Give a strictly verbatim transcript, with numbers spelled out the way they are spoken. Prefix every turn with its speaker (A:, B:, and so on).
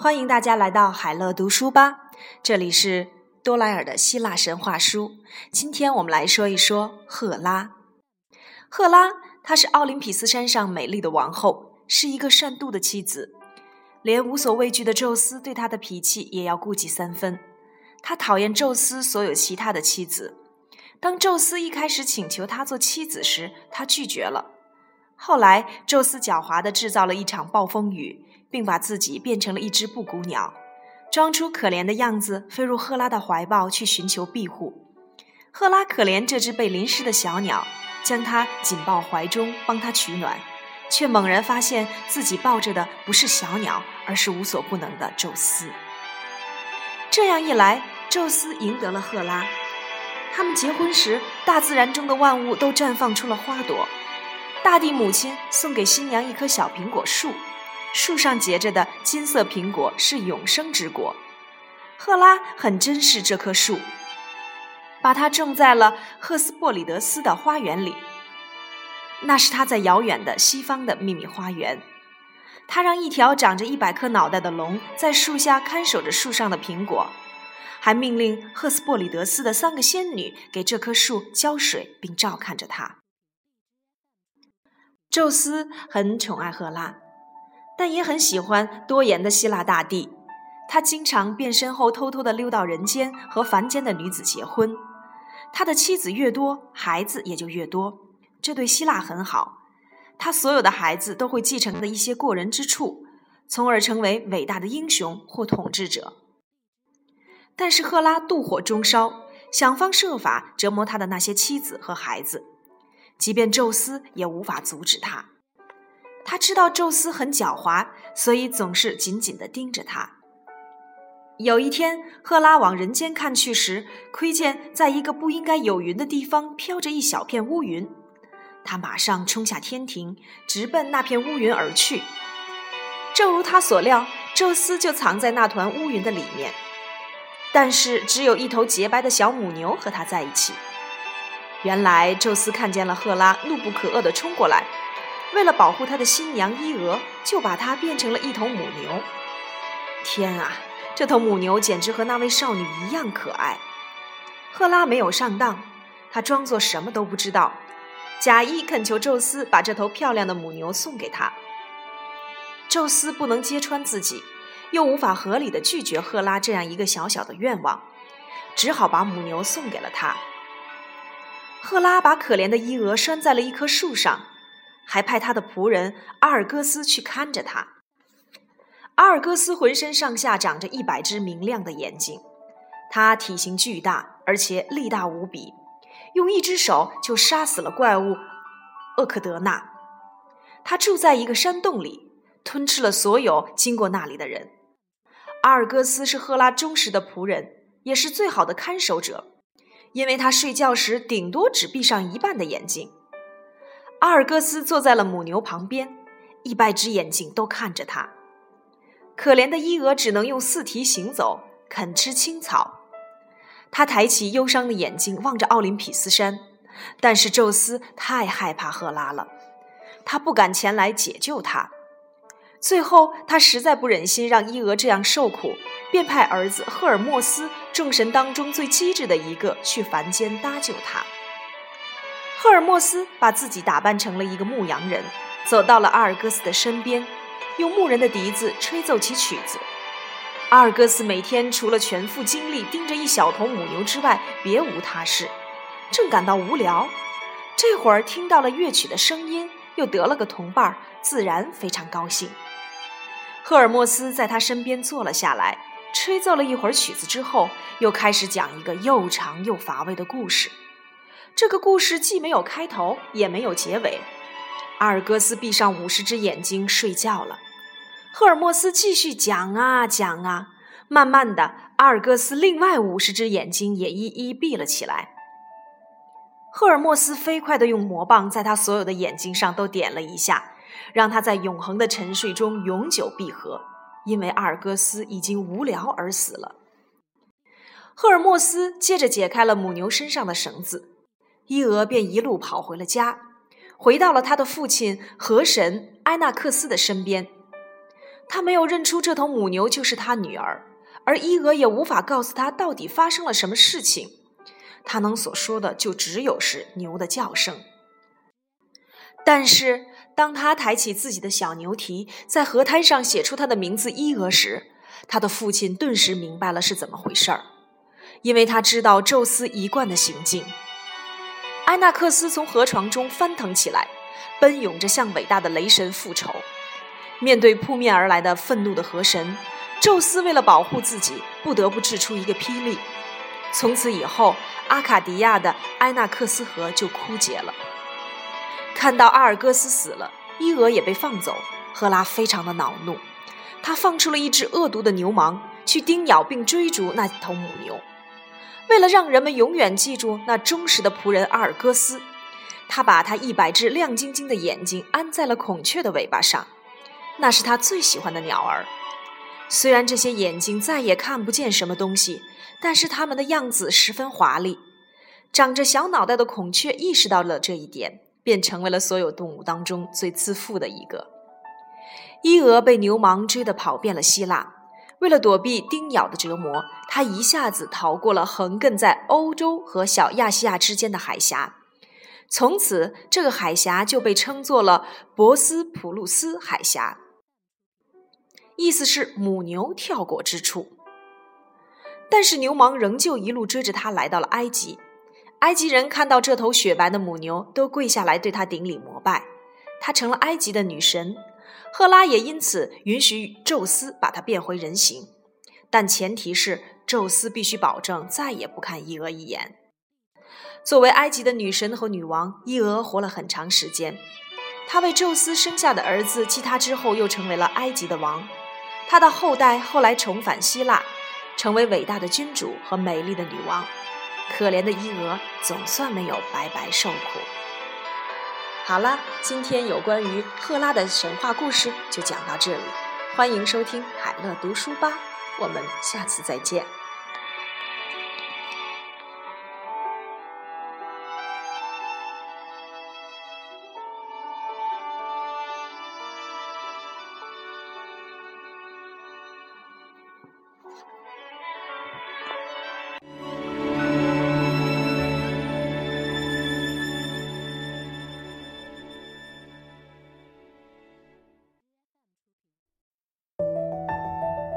A: 欢迎大家来到海乐读书吧，这里是多莱尔的希腊神话书。今天我们来说一说赫拉。赫拉，她是奥林匹斯山上美丽的王后，是一个善妒的妻子，连无所畏惧的宙斯对她的脾气也要顾忌三分。她讨厌宙斯所有其他的妻子。当宙斯一开始请求她做妻子时，她拒绝了。后来宙斯狡猾地制造了一场暴风雨，并把自己变成了一只布谷鸟，装出可怜的样子，飞入赫拉的怀抱去寻求庇护。赫拉可怜这只被淋湿的小鸟，将它紧抱怀中，帮它取暖，却猛然发现自己抱着的不是小鸟，而是无所不能的宙斯。这样一来，宙斯赢得了赫拉。他们结婚时，大自然中的万物都绽放出了花朵。大地母亲送给新娘一棵小苹果树，树上结着的金色苹果是永生之果。赫拉很珍视这棵树，把它种在了赫斯珀里德斯的花园里，那是他在遥远的西方的秘密花园。他让一条长着一百颗脑袋的龙在树下看守着树上的苹果，还命令赫斯珀里德斯的三个仙女给这棵树浇水并照看着它。宙斯很宠爱赫拉，但也很喜欢多言的希腊大帝。他经常变身后偷偷地溜到人间，和凡间的女子结婚。他的妻子越多，孩子也就越多，这对希腊很好。他所有的孩子都会继承的一些过人之处，从而成为伟大的英雄或统治者。但是赫拉妒火中烧，想方设法折磨他的那些妻子和孩子，即便宙斯也无法阻止他。他知道宙斯很狡猾，所以总是紧紧地盯着他。有一天，赫拉往人间看去时，窥见在一个不应该有云的地方飘着一小片乌云。他马上冲下天庭，直奔那片乌云而去。正如他所料，宙斯就藏在那团乌云的里面，但是只有一头洁白的小母牛和他在一起。原来宙斯看见了赫拉怒不可遏地冲过来，为了保护他的新娘伊俄，就把她变成了一头母牛。天啊，这头母牛简直和那位少女一样可爱。赫拉没有上当，她装作什么都不知道，假意恳求宙斯把这头漂亮的母牛送给她。宙斯不能揭穿自己，又无法合理地拒绝赫拉这样一个小小的愿望，只好把母牛送给了她。赫拉把可怜的伊俄拴在了一棵树上，还派他的仆人阿尔戈斯去看着他。阿尔戈斯浑身上下长着一百只明亮的眼睛，他体型巨大，而且力大无比，用一只手就杀死了怪物厄克德纳。他住在一个山洞里，吞吃了所有经过那里的人。阿尔戈斯是赫拉忠实的仆人，也是最好的看守者，因为他睡觉时顶多只闭上一半的眼睛。阿尔戈斯坐在了母牛旁边，一百只眼睛都看着他。可怜的伊俄只能用四蹄行走，啃吃青草。他抬起忧伤的眼睛望着奥林匹斯山，但是宙斯太害怕赫拉了，他不敢前来解救他。最后他实在不忍心让伊俄这样受苦，便派儿子赫尔墨斯，众神当中最机智的一个，去凡间搭救他。赫尔墨斯把自己打扮成了一个牧羊人，走到了阿尔戈斯的身边，用牧人的笛子吹奏起曲子。阿尔戈斯每天除了全副精力盯着一小头母牛之外，别无他事，正感到无聊，这会儿听到了乐曲的声音，又得了个同伴，自然非常高兴。赫尔墨斯在他身边坐了下来，吹奏了一会儿曲子之后，又开始讲一个又长又乏味的故事。这个故事既没有开头，也没有结尾。阿尔戈斯闭上五十只眼睛睡觉了。赫尔墨斯继续讲啊讲啊，慢慢的，阿尔戈斯另外五十只眼睛也一一闭了起来。赫尔墨斯飞快地用魔棒在他所有的眼睛上都点了一下，让他在永恒的沉睡中永久闭合，因为阿尔戈斯已经无聊而死了。赫尔墨斯接着解开了母牛身上的绳子，伊俄便一路跑回了家，回到了他的父亲河神埃纳克斯的身边。 他没有认出这头母牛就是他女儿，而伊俄也无法告诉他到底发生了什么事情。他能所说的就只有是牛的叫声。但是当他抬起自己的小牛蹄，在河滩上写出他的名字伊俄时，他的父亲顿时明白了是怎么回事儿，因为他知道宙斯一贯的行径。埃纳克斯从河床中翻腾起来，奔涌着向伟大的雷神复仇。面对扑面而来的愤怒的河神，宙斯为了保护自己，不得不掷出一个霹雳。从此以后，阿卡迪亚的埃纳克斯河就枯竭了。看到阿尔戈斯死了，伊俄也被放走，赫拉非常的恼怒，他放出了一只恶毒的牛虻，去叮咬并追逐那头母牛。为了让人们永远记住那忠实的仆人阿尔戈斯，他把他一百只亮晶晶的眼睛安在了孔雀的尾巴上，那是他最喜欢的鸟儿。虽然这些眼睛再也看不见什么东西，但是它们的样子十分华丽。长着小脑袋的孔雀意识到了这一点，便成为了所有动物当中最自负的一个。伊俄被牛虻追得跑遍了希腊，为了躲避叮咬的折磨，他一下子逃过了横亘在欧洲和小亚细亚之间的海峡。从此，这个海峡就被称作了博斯普鲁斯海峡，意思是母牛跳过之处。但是牛虻仍旧一路追着他来到了埃及。埃及人看到这头雪白的母牛，都跪下来对他顶礼膜拜，她成了埃及的女神。赫拉也因此允许宙斯把她变回人形，但前提是宙斯必须保证再也不看伊俄一眼。作为埃及的女神和女王，伊俄活了很长时间。她为宙斯生下的儿子继她之后又成为了埃及的王。她的后代后来重返希腊，成为伟大的君主和美丽的女王。可怜的伊俄总算没有白白受苦。好了，今天有关于赫拉的神话故事就讲到这里，欢迎收听海乐读书吧，我们下次再见。